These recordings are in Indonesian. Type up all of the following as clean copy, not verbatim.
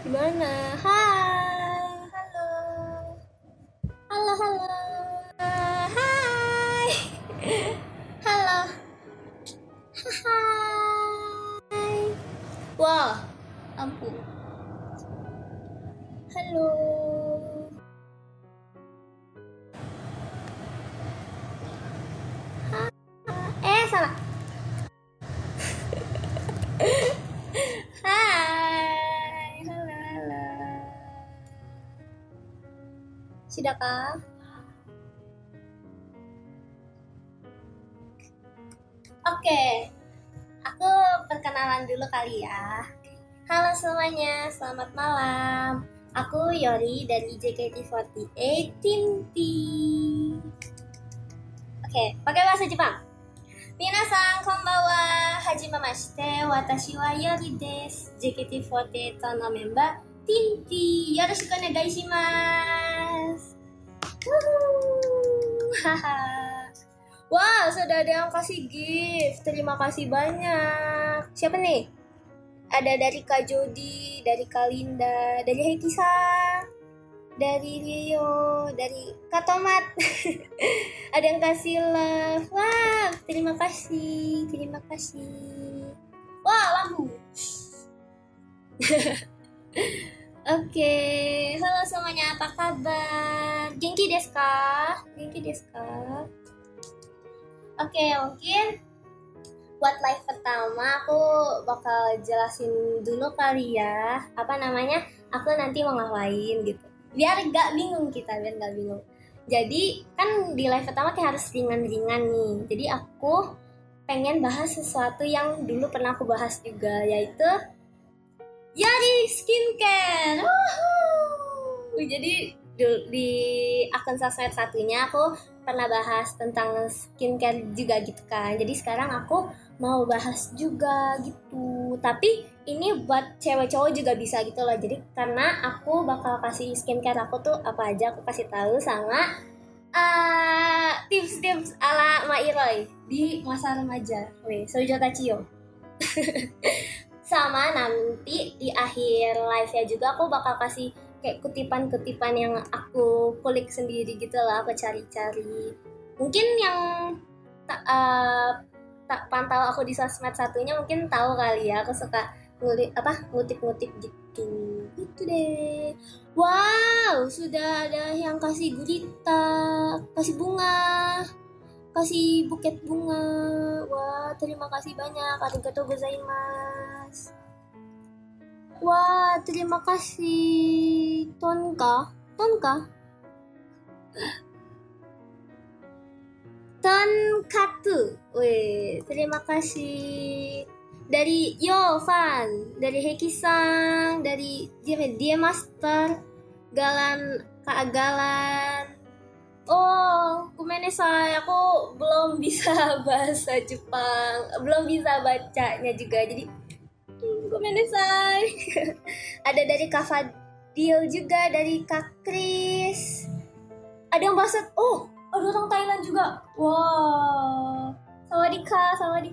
Gimana? Hai, halo, halo, halo, hai, halo, hai. Wah, ampun. Halo. Salah. Hai, halo, halo. Sudahkah? Oke, aku perkenalan dulu kali ya. Halo semuanya, selamat malam. Aku Yori dari JKT48 Tim T. Oke, pakai bahasa Jepang. Minasan konbanwa, hajimemashite, watashi wa Yori desu. JKT48 のメンバー、ティンティ。よろしくお願いします。Haha. Wah, sudah ada yang kasih gift. Terima kasih banyak. Siapa nih? Ada dari Kak Jody, dari Kak Linda, dari Hekisa, dari Rio, dari Kak Tomat. Ada yang kasih love. Wah, terima kasih, terima kasih. Wah, lampu. Oke, halo semuanya, apa kabar? Genki desu ka? Genki desu ka? Oke, mungkin buat live pertama aku bakal jelasin dulu kali ya. Apa namanya? Aku nanti mau ngapain gitu. Biar gak bingung kita, biar gak bingung. Jadi kan di live pertama kayak harus ringan-ringan nih. Jadi aku pengen bahas sesuatu yang dulu pernah aku bahas juga, yaitu Yari Skincare. Jadi di akun sosmed satunya aku pernah bahas tentang skincare juga gitu kan. Jadi sekarang aku mau bahas juga gitu. Tapi ini buat cewek cowok juga bisa gitu loh. Jadi karena aku bakal kasih skincare aku tuh apa aja, aku kasih tahu sama tips-tips ala Mairoy di masa remaja. Sojo Tachio. Sama nanti di akhir live-nya juga aku bakal kasih kayak kutipan-kutipan yang aku kulik sendiri gitu lah, aku cari-cari. Mungkin yang tak pantau aku di sosmed satunya mungkin tahu kali ya, aku suka ngutip-ngutip gitu deh. Wow, sudah ada yang kasih gurita, kasih bunga, kasih buket bunga. Wah, terima kasih banyak. Arigatou gozaimasu. Wah, terima kasih. Tonka? Tonkatu. Wih, terima kasih. Dari Yofan, dari Heki-san, dari dia Master, Kak Galan. Oh, kumenesai, aku belum bisa bahasa Jepang, belum bisa bacanya juga, jadi kumenesai. Ada dari Kak Fadil juga, dari Kak Kris. Ada yang bahasa, ada orang Thailand juga. Wow, sawadika.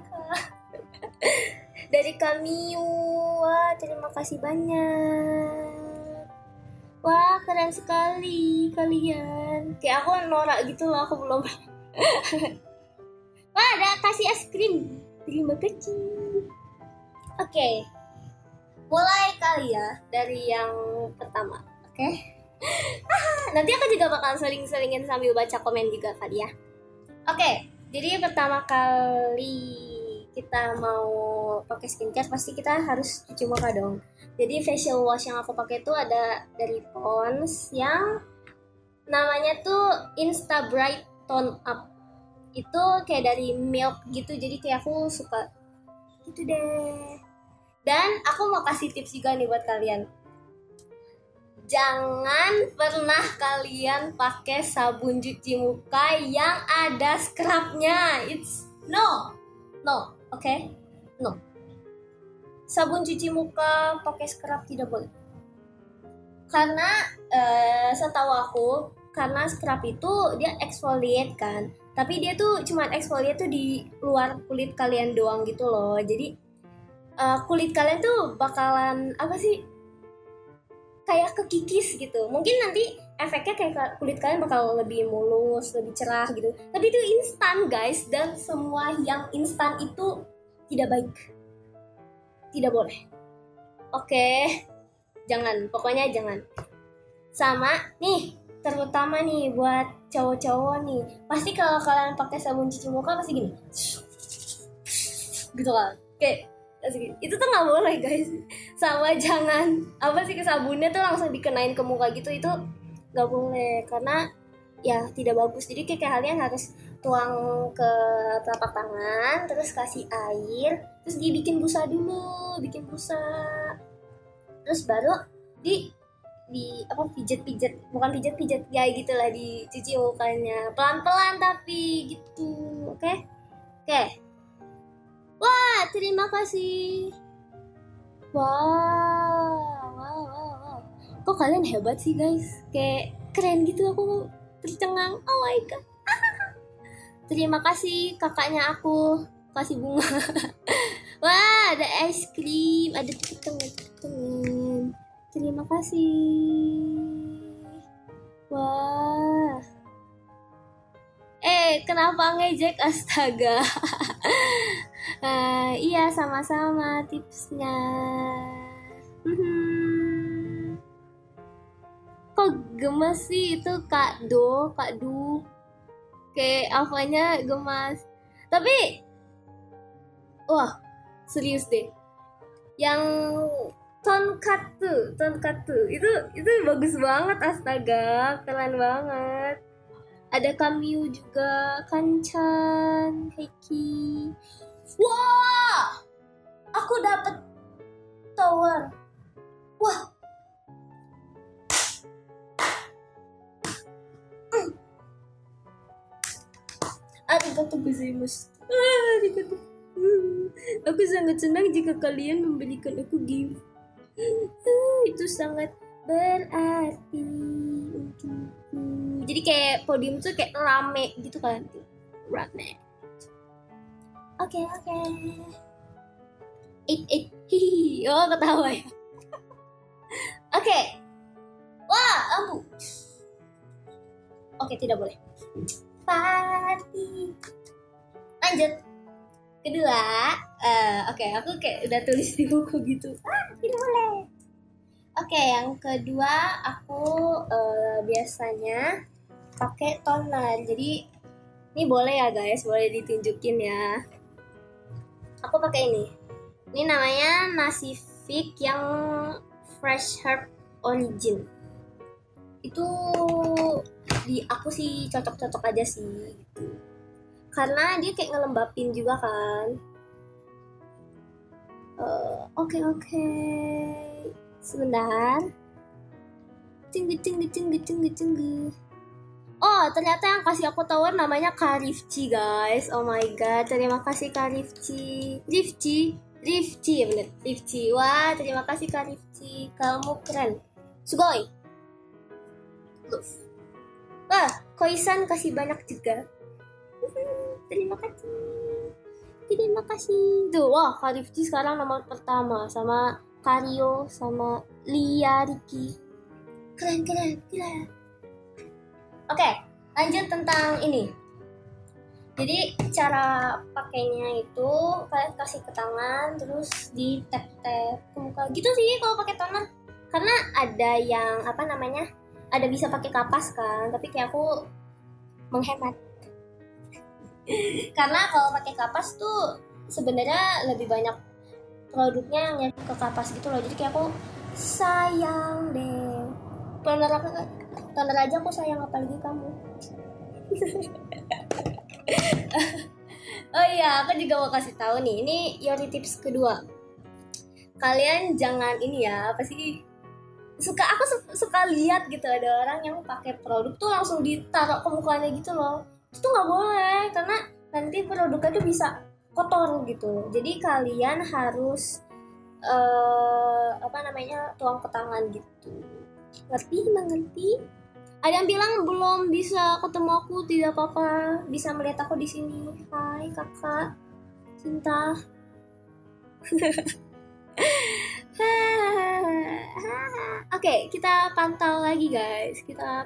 Dari Kamiu, wah terima kasih banyak. Wah, keren sekali kalian. Kayak aku norak gitu loh, aku belum. Wah, ada kasih es krim. Terima kasih. Oke. Mulai kali ya dari yang pertama. Oke. Nanti aku juga bakal seling-selingin sambil baca komen juga kali ya. Oke. Jadi pertama kali kita mau pakai skincare pasti kita harus cuci muka dong. Jadi facial wash yang aku pakai itu ada dari Pond's yang namanya tuh Insta Bright Tone Up. Itu kayak dari milk gitu, jadi kayak aku suka gitu deh. Dan aku mau kasih tips juga nih buat kalian. Jangan pernah kalian pakai sabun cuci muka yang ada scrubnya. It's no, okay? No. Sabun cuci muka pakai scrub tidak boleh. Karena setahu aku, karena scrub itu dia exfoliate kan. Tapi dia tuh cuma exfoliate tuh di luar kulit kalian doang gitu loh. Jadi kulit kalian tuh bakalan apa sih? kayak kekikis gitu. Mungkin nanti efeknya kayak kulit kalian bakal lebih mulus, lebih cerah gitu. Tapi itu instan guys, dan semua yang instan itu tidak baik, tidak boleh. Oke, jangan, pokoknya jangan. Sama nih, terutama nih buat cowok-cowok nih, pasti kalau kalian pakai sabun cuci muka pasti gini, gitu kan, kayak itu tuh nggak boleh guys. Sama jangan ke sabunnya tuh langsung dikenain ke muka gitu, itu nggak boleh karena ya tidak bagus. Jadi kayak kalian harus tuang ke telapak tangan, terus kasih air, terus dibikin busa dulu, bikin busa, terus baru di pijet-pijet, bukan pijet-pijet ya gitulah, dicuci mukanya pelan-pelan tapi gitu. Oke. Wah, terima kasih. Wow. Kok kalian hebat sih guys, kayak keren gitu, aku tercengang. Oh my god. Terima kasih kakaknya aku kasih bunga. Wah, ada es krim, ada temen. Terima kasih. Wah. Kenapa ngejek, astaga. Iya, sama-sama tipsnya. Kok gemes sih itu Kak Du? Kayak apanya gemas. Tapi wah, serius deh. Yang tonkatsu itu bagus banget, astaga, keren banget. Ada Kamyu juga, Kanchan, Heiki. Wah, aku dapet tower. Wah, arigatou gozaimasu. Arigatou. Aku sangat senang jika kalian memberikan aku gift. Itu sangat berarti untukku. Jadi kayak podium tuh kayak rame gitu kan, rame. Oke. Hihi. Oh, ketawa ya. Oke. Wah, lampu. Oke, tidak boleh. Party. Lanjut. Kedua, oke, aku kayak udah tulis di buku gitu. Tidak boleh. Oke, yang kedua aku biasanya pakai toner. Jadi ini boleh ya guys, boleh ditunjukin ya. Aku pakai ini. Ini namanya Nasifik yang Fresh Herb Origin. Itu di aku sih cocok-cocok aja sih gitu. Karena dia kayak ngelembapin juga kan. Oke. Sebentar. Tunggu. Oh, ternyata yang kasih aku tower namanya Karifci, guys. Oh my god, terima kasih Karifci. Rifci, ya bener. Rifci. Wah, terima kasih Karifci. Kamu keren. Sugoi. Love. Wah, Koisan kasih banyak juga. Terima kasih. Tuh, wah, Karifci sekarang nomor pertama sama Kario sama Lia Riki. Keren. Oke, lanjut tentang ini. Jadi cara pakainya itu kalian kasih ke tangan, terus di tap ke muka gitu sih kalau pakai toner. Karena ada yang ada bisa pakai kapas kan, tapi kayak aku menghemat. Karena kalau pakai kapas tuh sebenarnya lebih banyak produknya yang ke kapas gitu loh. Jadi kayak aku sayang deh. Toner aja aku sayang, apalagi kamu. Oh iya, aku juga mau kasih tahu nih. Ini Yori tips kedua. Kalian jangan ini ya, aku suka lihat gitu ada orang yang pakai produk tuh langsung ditaruh ke mukanya gitu loh. Itu nggak boleh, karena nanti produknya tuh bisa kotor gitu. Jadi kalian harus tuang ke tangan gitu. Mengerti? Ada yang bilang belum bisa ketemu aku, tidak apa-apa, bisa melihat aku di sini. Hai kakak cinta. Oke, Oke, kita pantau lagi guys. Kita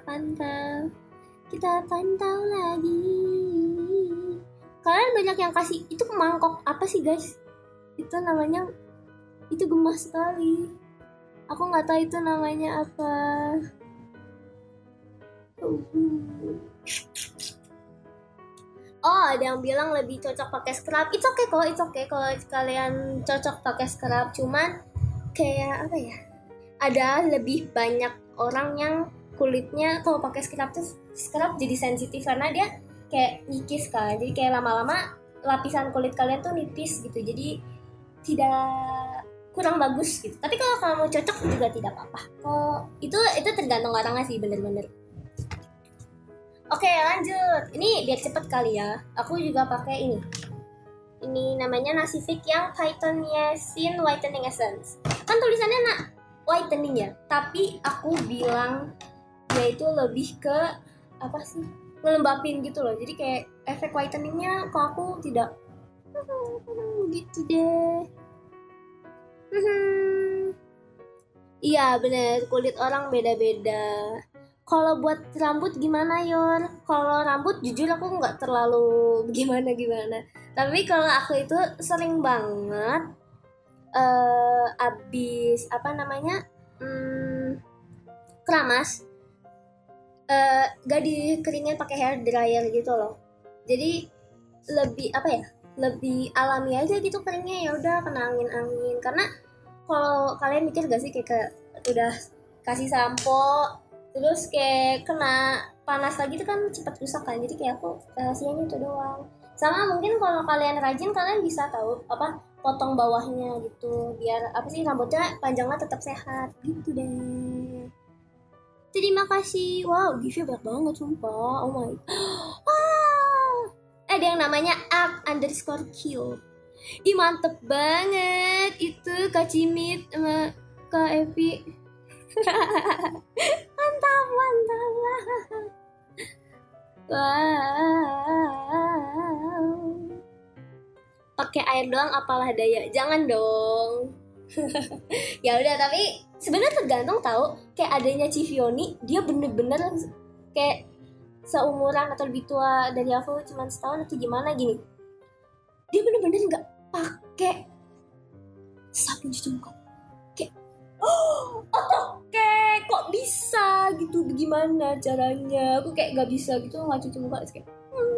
pantau lagi. Kalian banyak yang kasih itu mangkok apa sih guys? Itu namanya, itu gemas sekali. Aku nggak tahu itu namanya apa. Oh, ada yang bilang lebih cocok pakai scrub. It's okay kalau kalian cocok pakai scrub. Cuman kayak apa ya? Ada lebih banyak orang yang kulitnya kalau pakai scrub jadi sensitif karena dia kayak nyikis kan. Jadi kayak lama-lama lapisan kulit kalian tuh nipis gitu. Jadi tidak kurang bagus gitu. Tapi kalau kamu cocok juga tidak apa-apa. Kok itu tergantung orangnya sih bener-bener. Oke, lanjut. Ini biar cepet kali ya. Aku juga pakai ini. Ini namanya Nasifik yang Python Niacin Whitening Essence. Kan tulisannya whitening ya, tapi aku bilang dia itu lebih ke apa sih? Ngelembapin gitu loh. Jadi kayak efek whiteningnya kok aku tidak gitu deh. Iya bener, kulit orang beda-beda. Kalau buat rambut gimana Yor? Kalau rambut jujur aku nggak terlalu gimana. Tapi kalau aku itu sering banget abis apa namanya keramas, gak dikeringin pakai hair dryer gitu loh. Jadi lebih apa ya? Lebih alami aja gitu keringnya, ya udah kena angin. Karena kalau kalian mikir gak sih kayak udah kasih sampo terus kayak kena panas lagi itu kan cepat rusak kan. Jadi kayak aku rahasianya itu doang. Sama mungkin kalau kalian rajin kalian bisa tahu apa potong bawahnya gitu biar apa sih rambutnya panjangnya tetap sehat gitu deh. Terima kasih. Wow, gift-nya banyak banget sumpah. Oh my. Ada yang namanya @_kill. Ih mantep banget itu Kak Cimit sama Kak Evi. mantap. Wow. Pakai air doang apalah daya. Jangan dong. Ya udah, tapi sebenarnya tergantung tahu. Kayak adanya Civioni, dia bener-bener kayak seumuran atau lebih tua dari aku cuma setahun atau gimana gini. Dia bener-bener nggak pakai sabun cuci muka. Kayak oke, kok bisa gitu? Bagaimana caranya? Aku kayak nggak bisa gitu nggak cuci muka. Kayak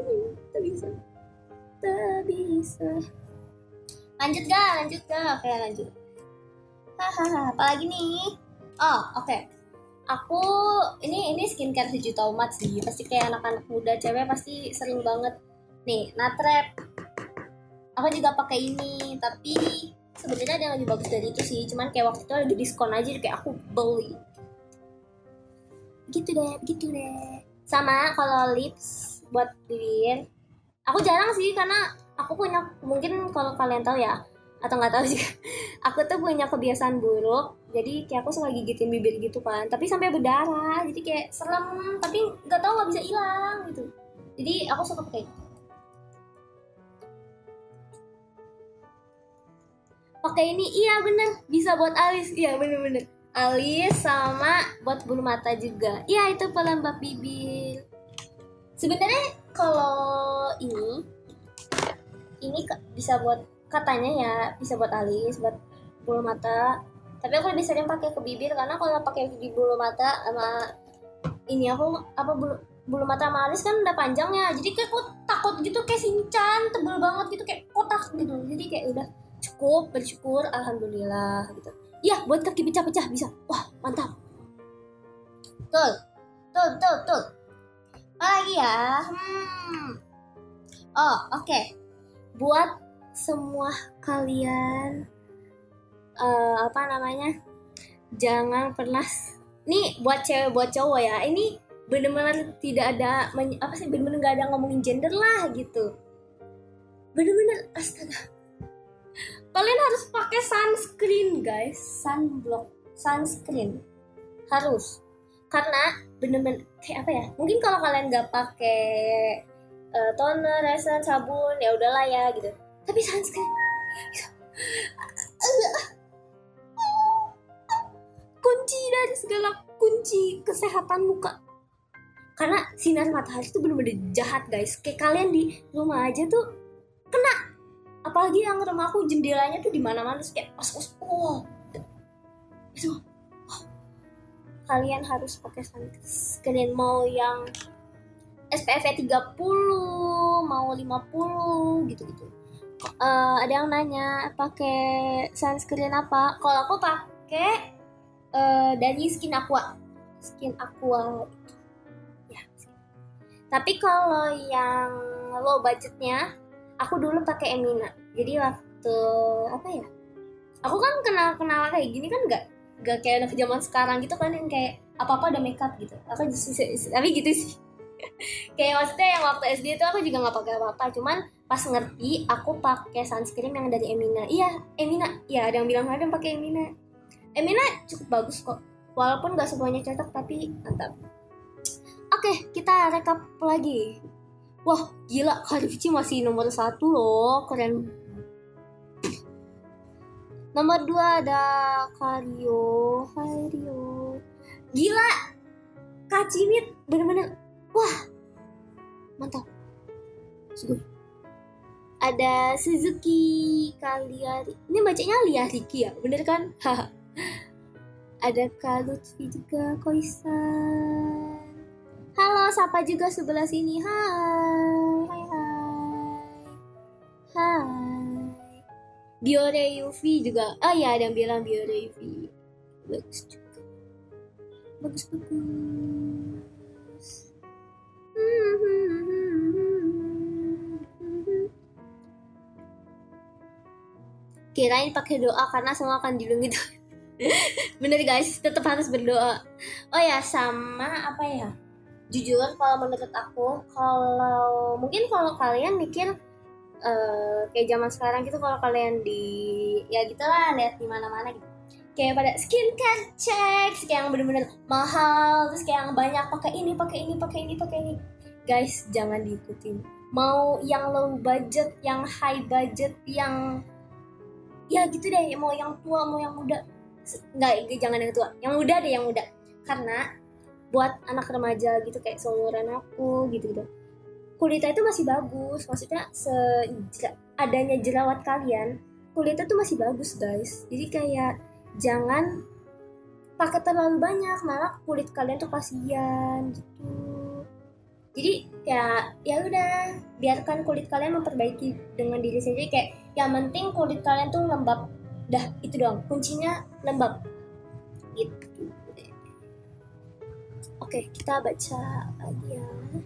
tak bisa. Lanjut ga? Oke lanjut. Hahaha, apalagi nih? Oh oke. Aku ini skincare sejuta umat sih. Pasti kayak anak-anak muda cewek pasti sering banget. Nih, Natrep. Aku juga pakai ini, tapi sebenarnya ada yang lebih bagus dari itu sih. Cuman kayak waktu itu lagi diskon aja, kayak aku beli. Gitu deh. Sama kalau lips buat bibir, aku jarang sih karena aku punya, mungkin kalau kalian tahu ya atau nggak tahu juga, aku tuh punya kebiasaan buruk. Jadi kayak aku suka gigitin bibir gitu kan, tapi sampai berdarah. Jadi kayak serem, tapi nggak tahu nggak bisa hilang gitu. Jadi aku suka pakai itu. Pakai ini, iya bener, bisa buat alis, iya bener alis sama buat bulu mata juga. Iya itu pelembab bibir. Sebenarnya kalau ini bisa buat, katanya ya bisa buat alis, buat bulu mata. Tapi aku lebih sering pakai ke bibir karena kalau pakai di bulu mata sama ini aku apa bulu mata sama alis kan udah panjangnya. Jadi kayak aku takut gitu kayak Shinchan, tebel banget gitu kayak kotak gitu. Jadi kayak udah cukup, bersyukur, alhamdulillah gitu. Ya buat kaki pecah-pecah bisa. Wah mantap. Betul. Apa lagi ya? Oh oke. Buat semua kalian apa namanya, jangan pernah, nih buat cewek buat cowok ya, ini bener-bener tidak ada apa sih, bener-bener gak ada ngomongin gender lah gitu. Bener-bener astaga, kalian harus pakai sunscreen guys, sunscreen harus, karena bener-bener kayak apa ya, mungkin kalau kalian gak pakai toner, essence, sabun ya udahlah ya gitu, tapi sunscreen kunci dari segala kunci kesehatan muka. Karena sinar matahari itu bener-bener jahat guys. Kayak kalian di rumah aja tuh kena. Apalagi yang rumahku jendelanya tuh di mana-mana kayak pas-pas. Itu kalian harus pakai sunscreen, mau yang SPF 30, mau 50 gitu-gitu. Ada yang nanya pakai sunscreen apa? Kalau aku pakai dari Skin Aqua ya. Tapi kalau yang low budgetnya, aku dulu pakai Emina. Jadi waktu apa ya? Aku kan kenal kayak gini kan nggak kayak anak zaman sekarang gitu kan yang kayak apa-apa udah makeup gitu. Aku tapi gitu sih. Kayak maksudnya yang waktu SD itu aku juga nggak pakai apa-apa, cuman pas ngerti aku pakai sunscreen yang dari Emina. Iya, Emina. Iya, ada yang bilang ada yang pakai Emina. Emina cukup bagus kok. Walaupun nggak semuanya cocok tapi mantap. Oke, kita rekap lagi. Wah, gila, Karifci masih nomor 1 loh, keren. Nomor 2 ada Kario. Gila, Kak Cimit bener-bener, wah, mantap. Ada Suzuki Kaliari. Ini bacanya Liariki ya, bener kan? Ada Kak Lutfi juga, Koisan. Halo, sapa juga sebelah sini. Hai. Biore UV juga. Oh ya, ada yang bilang Biore UV. Bagus juga. Bagus. Kirain pakai doa karena semua akan dilindungi. Bener guys, tetap harus berdoa. Oh ya, sama apa ya? Jujur kalau menurut aku, kalau kalian mikir kayak zaman sekarang gitu, kalau kalian ya gitulah lihat di mana-mana gitu, kayak pada skincare check kayak yang bener-bener mahal, terus kayak yang banyak pakai ini. Guys, jangan diikutin. Mau yang low budget, yang high budget, yang ya gitu deh, mau yang tua mau yang muda. Jangan yang tua, yang muda deh, yang muda. Karena buat anak remaja gitu kayak seumuran aku gitu. Kulitnya itu masih bagus, maksudnya adanya jerawat kalian, kulitnya tuh masih bagus guys. Jadi kayak jangan pakai terlalu banyak, malah kulit kalian tuh kasihan gitu. Jadi kayak ya udah, biarkan kulit kalian memperbaiki dengan diri sendiri. Kayak yang penting kulit kalian tuh lembab, dah itu doang kuncinya, lembab gitu. Oke, kita baca lagi ya.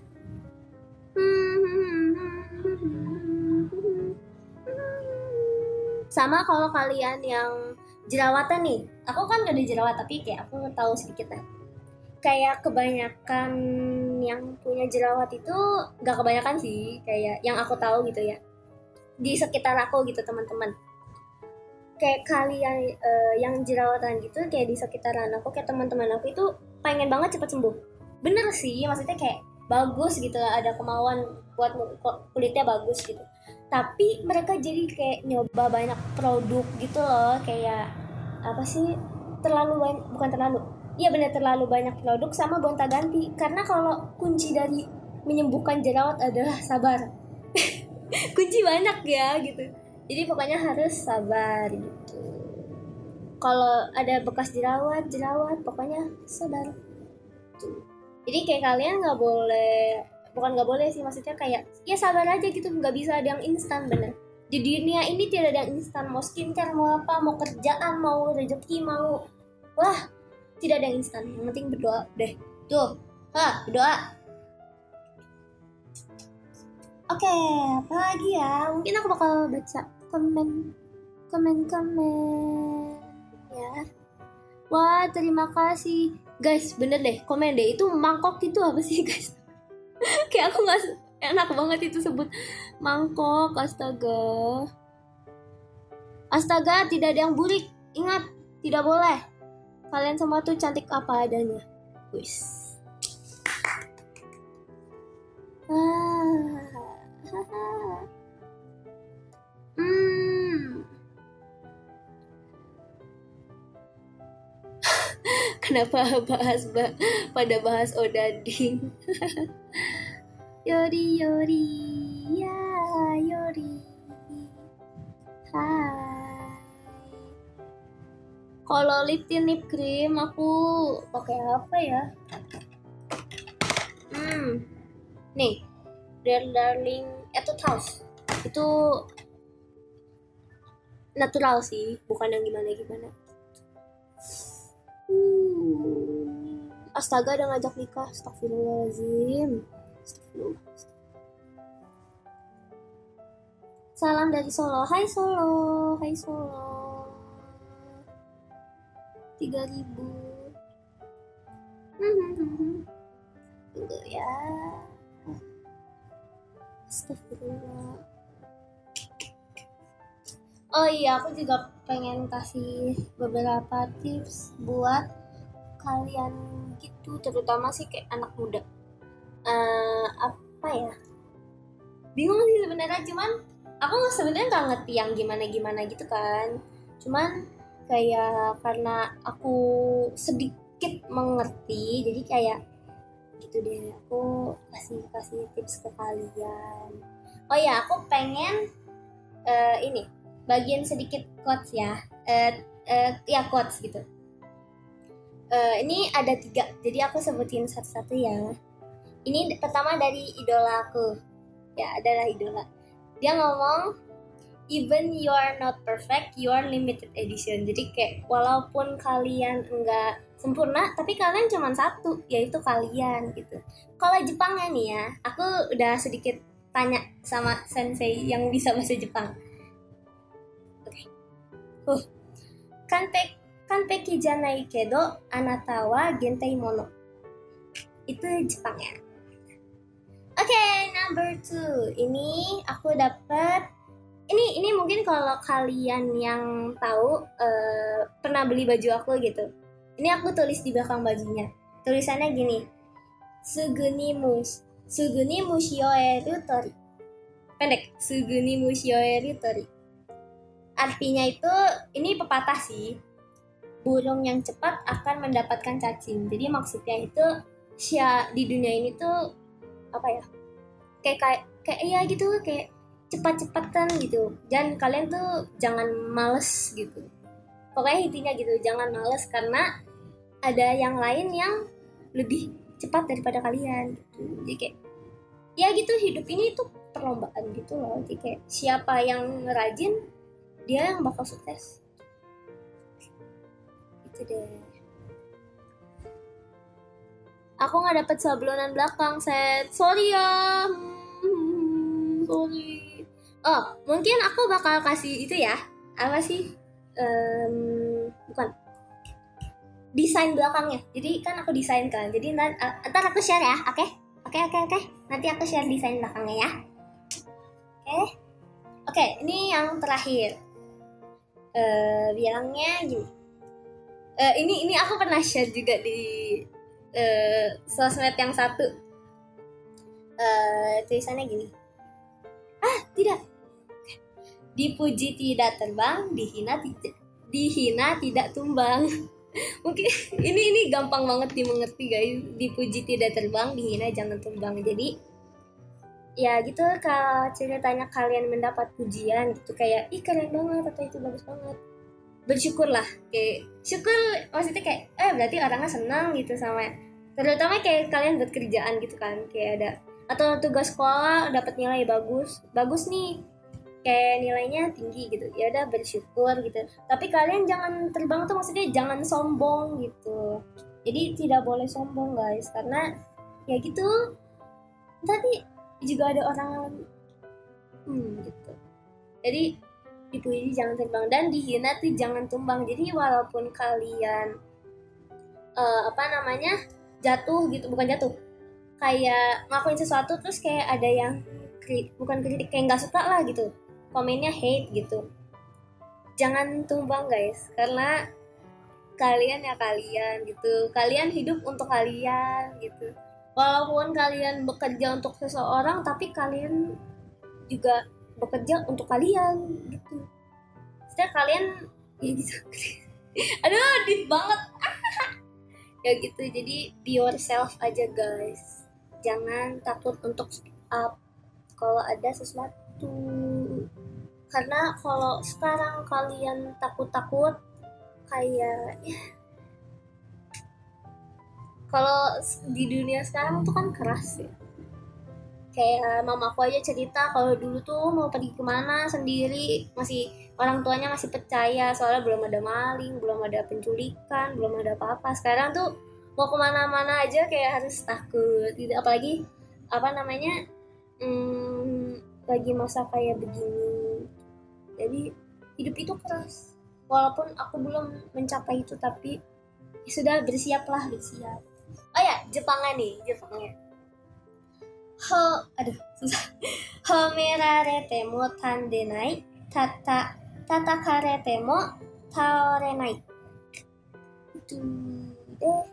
Sama kalau kalian yang jerawatan nih, aku kan gak ada jerawat tapi kayak aku tahu sedikit lah. Kayak kebanyakan yang punya jerawat itu, gak kebanyakan sih, kayak yang aku tahu gitu ya, di sekitar aku gitu teman-teman. Kayak kalian yang jerawatan gitu, kayak di sekitaran aku, kayak teman-teman aku itu pengen banget cepat sembuh. Bener sih, maksudnya kayak bagus gitu, ada kemauan buat kulitnya bagus gitu. Tapi mereka jadi kayak nyoba banyak produk gitu loh, kayak apa sih, terlalu banyak produk sama gonta-ganti. Karena kalau kunci dari menyembuhkan jerawat adalah sabar. Kunci banyak ya gitu. Jadi pokoknya harus sabar gitu. Kalau ada bekas jerawat, pokoknya sabar. Tuh. Jadi kayak kalian bukan nggak boleh sih, maksudnya kayak ya sabar aja gitu, nggak bisa ada yang instan. Bener, di dunia ini tidak ada yang instan, mau skincare, mau apa, mau kerjaan, mau rezeki, tidak ada yang instan. Yang penting berdoa deh tuh, berdoa. Oke, apa lagi ya, mungkin aku bakal baca komen ya. Wah, terima kasih guys, bener deh, komen deh, itu mangkok itu apa sih guys? Kayak aku nggak enak banget itu sebut mangkok. Astaga, tidak ada yang burik. Ingat, tidak boleh. Kalian semua tuh cantik apa adanya. Wis. Kenapa pada bahas Odading? Yori Yori ya Yori. Hai. Kalau lip tint lip cream aku pakai apa ya? Nih, Dear Darling Etude House. Itu natural sih, bukan yang gimana-gimana. Astaga, ada ngajak nikah. Astagfirullahaladzim. Salam dari Solo. Hai Solo. Hai Solo. 3.000. Tunggu ya. Astagfirullah. Oh iya, aku juga pengen kasih beberapa tips buat kalian gitu, terutama sih kayak anak muda. Apa ya? Bingung sih sebenarnya, cuman aku sebenarnya nggak ngerti yang gimana gitu kan. Cuman kayak karena aku sedikit mengerti, jadi kayak gitu deh, aku kasih tips ke kalian. Oh ya, aku pengen ini bagian sedikit quotes ya, ya quotes gitu. Ini ada 3, jadi aku sebutin satu-satu ya. Ini pertama dari idola aku, ya adalah idola. Dia ngomong, even you are not perfect, you are limited edition. Jadi kayak walaupun kalian enggak sempurna, tapi kalian cuma satu, yaitu kalian gitu. Kalau Jepangnya nih ya, aku udah sedikit tanya sama sensei yang bisa bahasa Jepang. Kanpeki janai kedo anata wa gentai mono. Itu Jepangnya. Oke, number 2. Ini aku dapat. Ini mungkin kalau kalian yang tahu pernah beli baju aku gitu. Ini aku tulis di belakang bajunya. Tulisannya gini. Suguni mushioeru tori. Pendek. Suguni mushioeru tori. Artinya itu, ini pepatah sih. Burung yang cepat akan mendapatkan cacing. Jadi maksudnya itu di dunia ini tuh apa ya? Kayak ya gitu, kayak cepat-cepatan gitu. Dan kalian tuh jangan males gitu. Pokoknya intinya gitu, jangan males karena ada yang lain yang lebih cepat daripada kalian gitu. Jadi kayak ya gitu, hidup ini tuh perlombaan gitu loh. Jadi kayak siapa yang rajin, dia yang bakal sukses. Itu deh. Aku nggak dapet sablonan belakang set. Sorry ya. Sorry. Oh, mungkin aku bakal kasih itu ya. Apa sih? Bukan. Desain belakangnya. Jadi kan aku desain kan. Jadi ntar aku share ya, oke? Oke. Nanti aku share desain belakangnya ya. Oke, ini yang terakhir. Bilangnya gini. Ini aku pernah share juga di sosmed yang satu. Tulisannya gini. Tidak. Dipuji tidak terbang, dihina tidak tumbang. Mungkin ini gampang banget dimengerti guys. Dipuji tidak terbang, dihina jangan tumbang. Jadi ya gitu, kalau ceritanya kalian mendapat pujian gitu kayak ih keren banget atau itu bagus banget, bersyukurlah. Kayak syukur maksudnya kayak berarti orangnya senang gitu sama, terutama kayak kalian buat kerjaan gitu kan, kayak ada atau tugas sekolah dapat nilai bagus nih, kayak nilainya tinggi gitu, ya udah bersyukur gitu. Tapi kalian jangan terbang tuh, maksudnya jangan sombong gitu. Jadi tidak boleh sombong guys, karena ya gitu tadi juga ada orang gitu. Jadi dipuji jangan terbang dan dihina tuh jangan tumbang. Jadi walaupun kalian jatuh gitu, bukan jatuh, kayak ngakuin sesuatu terus kayak ada yang bukan kritik, kayak nggak suka lah gitu, komennya hate gitu, jangan tumbang guys, karena kalian ya kalian gitu, kalian hidup untuk kalian gitu. Walaupun kalian bekerja untuk seseorang, tapi kalian juga bekerja untuk kalian gitu. Setiap kalian ya gitu. Aduh, deep banget. Ya gitu, jadi be yourself aja guys, jangan takut untuk speak up kalau ada sesuatu, karena kalau sekarang kalian takut-takut kayak ya, kalau di dunia sekarang tuh kan keras ya. Kayak mamaku aja cerita kalau dulu tuh mau pergi kemana sendiri masih orang tuanya masih percaya, soalnya belum ada maling, belum ada penculikan, belum ada apa-apa. Sekarang tuh mau kemana-mana aja kayak harus takut gitu, apalagi apa namanya, lagi masa kayak begini. Jadi hidup itu keras, walaupun aku belum mencapai itu, tapi ya sudah, bersiap. Oh ya, Jepangnya nih, Jepangnya. Aduh, susah. Homerarete mo tandenai, tatakarete mo taorenai. Itu deh.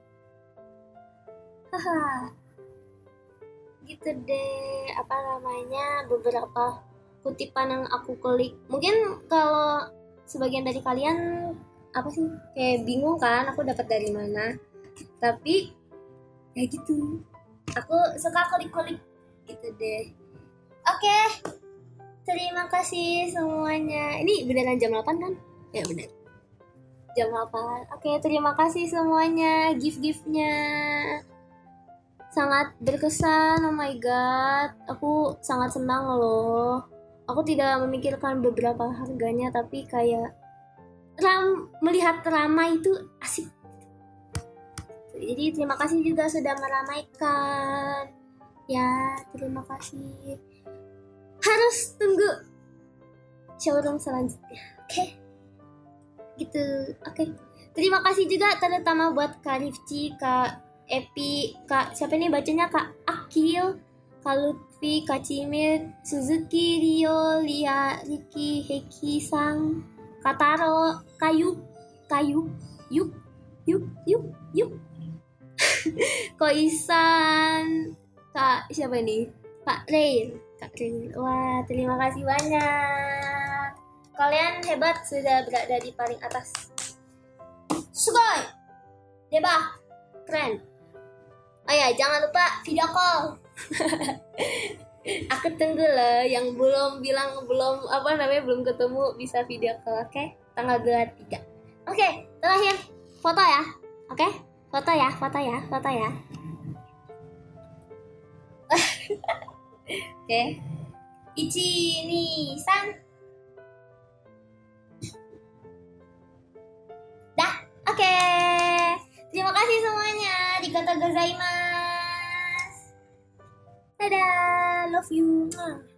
Haha. Gitu deh, apa namanya, beberapa kutipan yang aku klik. Mungkin kalau sebagian dari kalian apa sih, kayak bingung kan aku dapat dari mana. Tapi ya gitu, aku suka kulik-kulik gitu deh. Oke, terima kasih semuanya. Ini beneran jam 8 kan? Ya bener, jam 8. Oke, terima kasih semuanya. Gift-giftnya sangat berkesan. Oh my god, aku sangat senang loh. Aku tidak memikirkan beberapa harganya, tapi kayak melihat ramai itu asik. Jadi terima kasih juga sudah meramaikan. Ya, terima kasih. Harus tunggu showroom selanjutnya. Oke. Gitu. Oke. Terima kasih juga terutama buat Kak Rifci, Kak Epi, Kak siapa nih bacanya, Kak Akil, Kak Lutfi, Kak Cimir, Suzuki, Rio, Lia, Riki, Heki, Sang, Kak Taro, Kayu, yuk. Ko Isan, Kak siapa ini? Kak Rain. Wah, terima kasih banyak. Kalian hebat, sudah berada di paling atas. Sugoi, debak, keren. Oh ya, jangan lupa video call. Aku tunggu loh yang belum belum ketemu bisa video call, oke? Tanggal 23. Oke, terakhir foto ya. Oke? Foto ya. Oke. Ichi, ni, san. Dah, oke. Terima kasih semuanya. Arigatou gozaimasu. Dadah, love you.